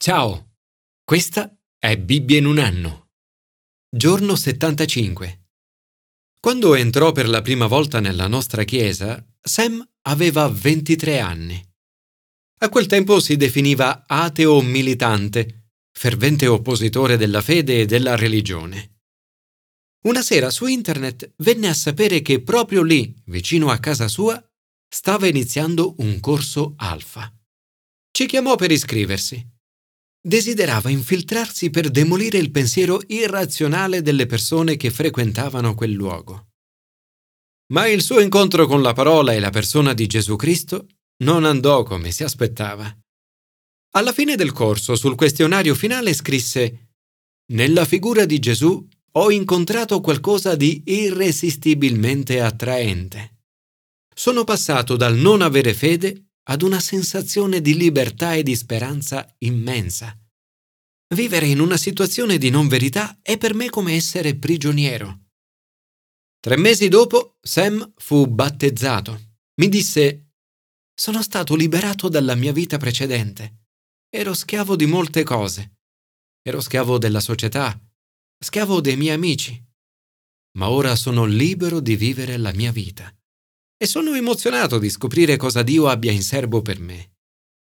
Ciao, questa è Bibbia in un anno. Giorno 75. Quando entrò per la prima volta nella nostra chiesa, Sam aveva 23 anni. A quel tempo si definiva ateo militante, fervente oppositore della fede e della religione. Una sera su internet venne a sapere che proprio lì, vicino a casa sua, stava iniziando un corso alfa. Ci chiamò per iscriversi. Desiderava infiltrarsi per demolire il pensiero irrazionale delle persone che frequentavano quel luogo. Ma il suo incontro con la parola e la persona di Gesù Cristo non andò come si aspettava. Alla fine del corso, sul questionario finale scrisse: «Nella figura di Gesù ho incontrato qualcosa di irresistibilmente attraente. Sono passato dal non avere fede ad una sensazione di libertà e di speranza immensa. Vivere in una situazione di non verità è per me come essere prigioniero». 3 mesi dopo, Sam fu battezzato. Mi disse: «Sono stato liberato dalla mia vita precedente. Ero schiavo di molte cose. Ero schiavo della società, schiavo dei miei amici. Ma ora sono libero di vivere la mia vita. E sono emozionato di scoprire cosa Dio abbia in serbo per me».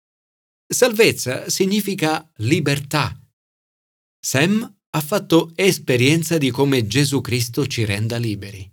Salvezza significa libertà. Sam ha fatto esperienza di come Gesù Cristo ci renda liberi.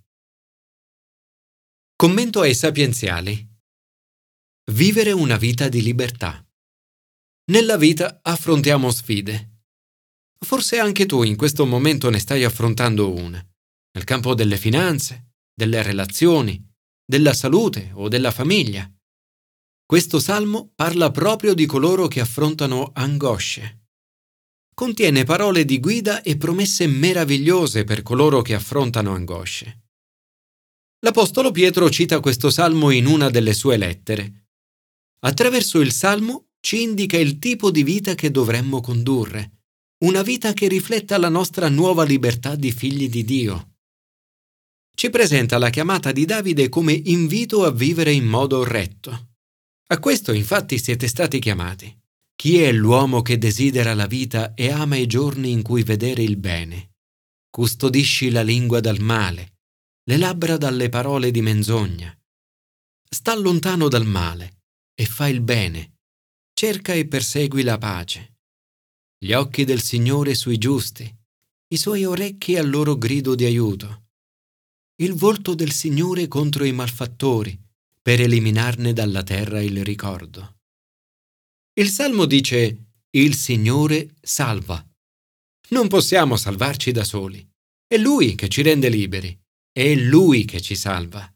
Commento ai sapienziali. Vivere una vita di libertà. Nella vita affrontiamo sfide. Forse anche tu in questo momento ne stai affrontando una, nel campo delle finanze, delle relazioni, della salute o della famiglia. Questo salmo parla proprio di coloro che affrontano angosce. Contiene parole di guida e promesse meravigliose per coloro che affrontano angosce. L'Apostolo Pietro cita questo salmo in una delle sue lettere. Attraverso il salmo ci indica il tipo di vita che dovremmo condurre, una vita che rifletta la nostra nuova libertà di figli di Dio. Ci presenta la chiamata di Davide come invito a vivere in modo retto. A questo infatti siete stati chiamati. Chi è l'uomo che desidera la vita e ama i giorni in cui vedere il bene? Custodisci la lingua dal male, le labbra dalle parole di menzogna. Sta lontano dal male e fa il bene. Cerca e persegui la pace. Gli occhi del Signore sui giusti, i suoi orecchi al loro grido di aiuto. Il volto del Signore contro i malfattori, per eliminarne dalla terra il ricordo. Il Salmo dice: «Il Signore salva». Non possiamo salvarci da soli. È Lui che ci rende liberi. È Lui che ci salva.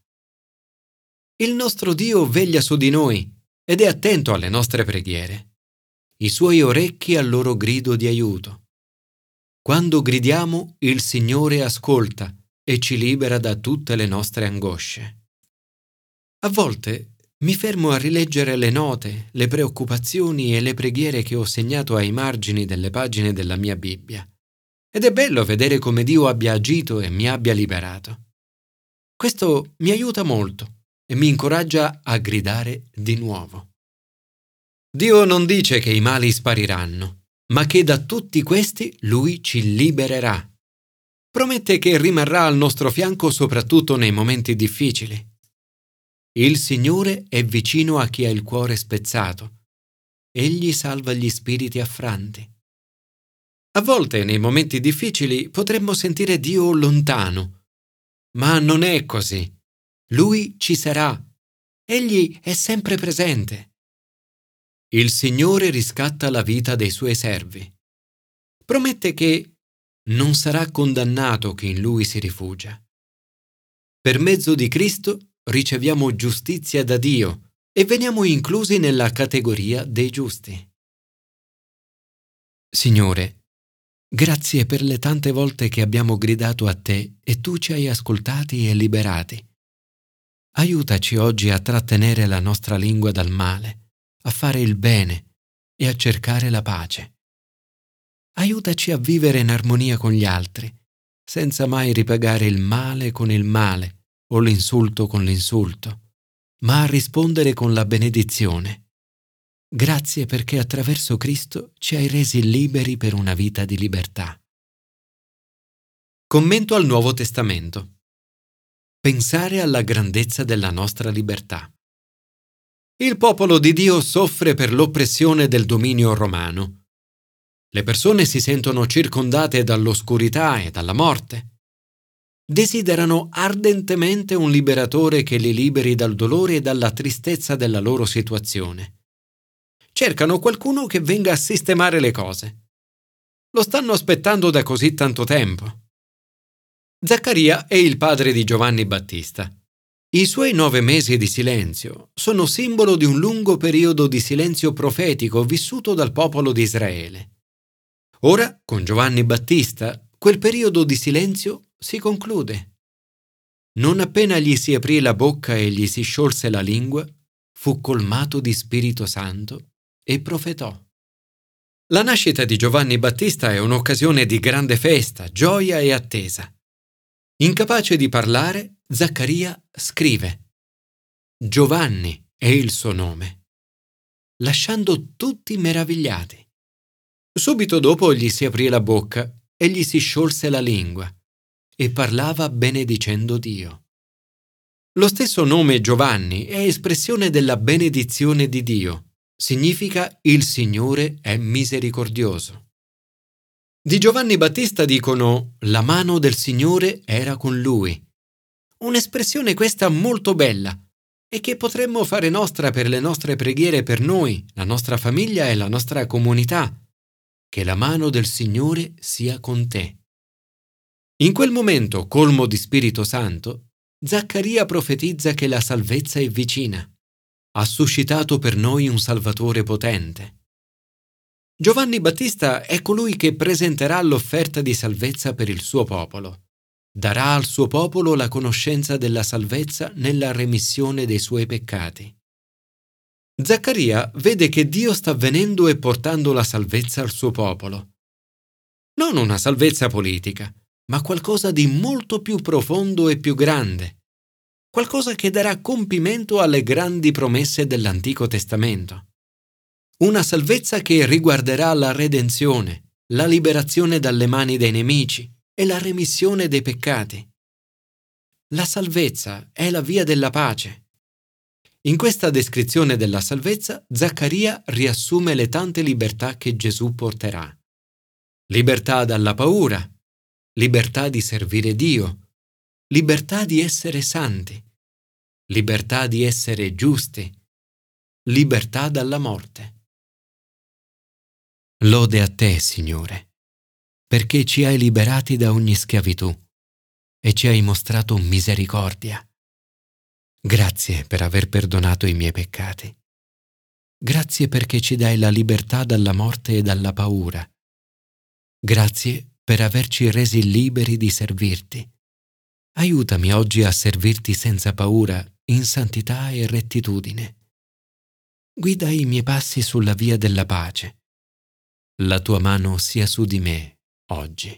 Il nostro Dio veglia su di noi ed è attento alle nostre preghiere. I suoi orecchi al loro grido di aiuto. Quando gridiamo, il Signore ascolta e ci libera da tutte le nostre angosce. A volte mi fermo a rileggere le note, le preoccupazioni e le preghiere che ho segnato ai margini delle pagine della mia Bibbia. Ed è bello vedere come Dio abbia agito e mi abbia liberato. Questo mi aiuta molto e mi incoraggia a gridare di nuovo. Dio non dice che i mali spariranno, ma che da tutti questi Lui ci libererà. Promette che rimarrà al nostro fianco soprattutto nei momenti difficili. Il Signore è vicino a chi ha il cuore spezzato. Egli salva gli spiriti affranti. A volte, nei momenti difficili, potremmo sentire Dio lontano. Ma non è così. Lui ci sarà. Egli è sempre presente. Il Signore riscatta la vita dei suoi servi. Promette che non sarà condannato chi in Lui si rifugia. Per mezzo di Cristo riceviamo giustizia da Dio e veniamo inclusi nella categoria dei giusti. Signore, grazie per le tante volte che abbiamo gridato a Te e Tu ci hai ascoltati e liberati. Aiutaci oggi a trattenere la nostra lingua dal male, a fare il bene e a cercare la pace. Aiutaci a vivere in armonia con gli altri, senza mai ripagare il male con il male o l'insulto con l'insulto, ma a rispondere con la benedizione. Grazie perché attraverso Cristo ci hai resi liberi per una vita di libertà. Commento al Nuovo Testamento. Pensare alla grandezza della nostra libertà. Il popolo di Dio soffre per l'oppressione del dominio romano. Le persone si sentono circondate dall'oscurità e dalla morte. Desiderano ardentemente un liberatore che li liberi dal dolore e dalla tristezza della loro situazione. Cercano qualcuno che venga a sistemare le cose. Lo stanno aspettando da così tanto tempo. Zaccaria è il padre di Giovanni Battista. I suoi 9 mesi di silenzio sono simbolo di un lungo periodo di silenzio profetico vissuto dal popolo di Israele. Ora, con Giovanni Battista, quel periodo di silenzio si conclude. Non appena gli si aprì la bocca e gli si sciolse la lingua, fu colmato di Spirito Santo e profetò. La nascita di Giovanni Battista è un'occasione di grande festa, gioia e attesa. Incapace di parlare, Zaccaria scrive: Giovanni è il suo nome, lasciando tutti meravigliati. Subito dopo gli si aprì la bocca e gli si sciolse la lingua e parlava benedicendo Dio. Lo stesso nome Giovanni è espressione della benedizione di Dio. Significa il Signore è misericordioso. Di Giovanni Battista dicono la mano del Signore era con lui. Un'espressione questa molto bella e che potremmo fare nostra per le nostre preghiere per noi, la nostra famiglia e la nostra comunità. Che la mano del Signore sia con te. In quel momento, colmo di Spirito Santo, Zaccaria profetizza che la salvezza è vicina. Ha suscitato per noi un Salvatore potente. Giovanni Battista è colui che presenterà l'offerta di salvezza per il suo popolo. Darà al suo popolo la conoscenza della salvezza nella remissione dei suoi peccati. Zaccaria vede che Dio sta venendo e portando la salvezza al suo popolo. Non una salvezza politica, ma qualcosa di molto più profondo e più grande. Qualcosa che darà compimento alle grandi promesse dell'Antico Testamento. Una salvezza che riguarderà la redenzione, la liberazione dalle mani dei nemici e la remissione dei peccati. La salvezza è la via della pace. In questa descrizione della salvezza, Zaccaria riassume le tante libertà che Gesù porterà. Libertà dalla paura, libertà di servire Dio, libertà di essere santi, libertà di essere giusti, libertà dalla morte. Lode a te, Signore, perché ci hai liberati da ogni schiavitù e ci hai mostrato misericordia. Grazie per aver perdonato i miei peccati. Grazie perché ci dai la libertà dalla morte e dalla paura. Grazie per averci resi liberi di servirti. Aiutami oggi a servirti senza paura, in santità e rettitudine. Guida i miei passi sulla via della pace. La tua mano sia su di me oggi.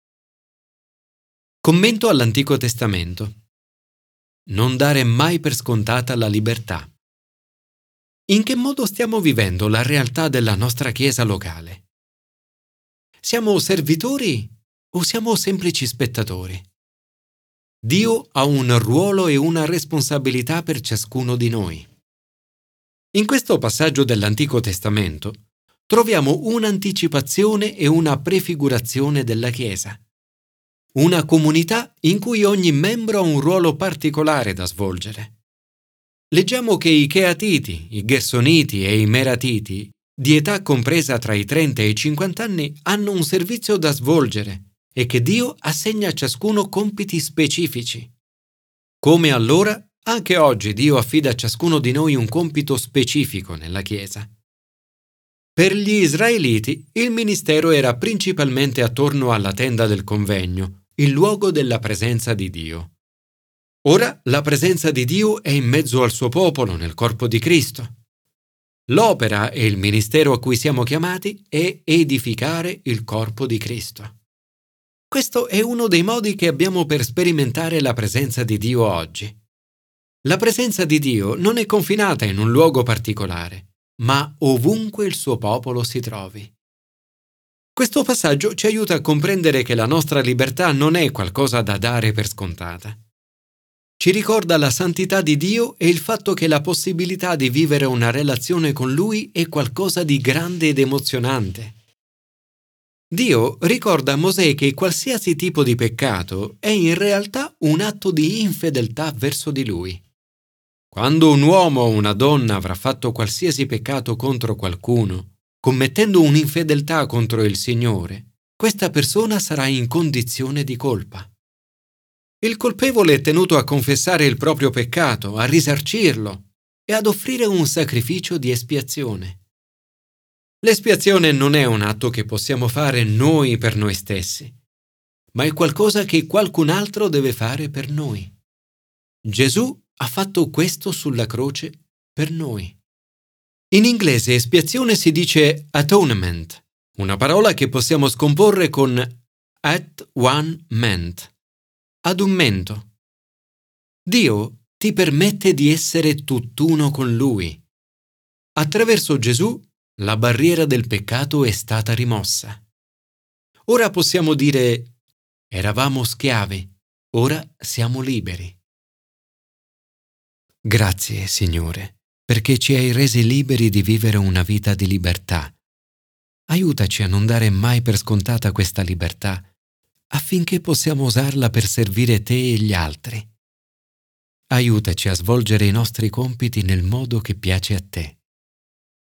Commento all'Antico Testamento. Non dare mai per scontata la libertà. In che modo stiamo vivendo la realtà della nostra Chiesa locale? Siamo servitori o siamo semplici spettatori? Dio ha un ruolo e una responsabilità per ciascuno di noi. In questo passaggio dell'Antico Testamento troviamo un'anticipazione e una prefigurazione della Chiesa. Una comunità in cui ogni membro ha un ruolo particolare da svolgere. Leggiamo che i Cheatiti, i Gersoniti e i Meratiti, di età compresa tra i 30 e i 50 anni, hanno un servizio da svolgere e che Dio assegna a ciascuno compiti specifici. Come allora, anche oggi Dio affida a ciascuno di noi un compito specifico nella Chiesa. Per gli Israeliti il ministero era principalmente attorno alla tenda del convegno, il luogo della presenza di Dio. Ora la presenza di Dio è in mezzo al suo popolo nel corpo di Cristo. L'opera e il ministero a cui siamo chiamati è edificare il corpo di Cristo. Questo è uno dei modi che abbiamo per sperimentare la presenza di Dio oggi. La presenza di Dio non è confinata in un luogo particolare, ma ovunque il suo popolo si trovi. Questo passaggio ci aiuta a comprendere che la nostra libertà non è qualcosa da dare per scontata. Ci ricorda la santità di Dio e il fatto che la possibilità di vivere una relazione con Lui è qualcosa di grande ed emozionante. Dio ricorda a Mosè che qualsiasi tipo di peccato è in realtà un atto di infedeltà verso di Lui. Quando un uomo o una donna avrà fatto qualsiasi peccato contro qualcuno, commettendo un'infedeltà contro il Signore, questa persona sarà in condizione di colpa. Il colpevole è tenuto a confessare il proprio peccato, a risarcirlo e ad offrire un sacrificio di espiazione. L'espiazione non è un atto che possiamo fare noi per noi stessi, ma è qualcosa che qualcun altro deve fare per noi. Gesù ha fatto questo sulla croce per noi. In inglese espiazione si dice atonement, una parola che possiamo scomporre con at one ment, ad un mento. Dio ti permette di essere tutt'uno con Lui. Attraverso Gesù la barriera del peccato è stata rimossa. Ora possiamo dire: eravamo schiavi, ora siamo liberi. Grazie, Signore, perché ci hai resi liberi di vivere una vita di libertà. Aiutaci a non dare mai per scontata questa libertà, affinché possiamo usarla per servire te e gli altri. Aiutaci a svolgere i nostri compiti nel modo che piace a te.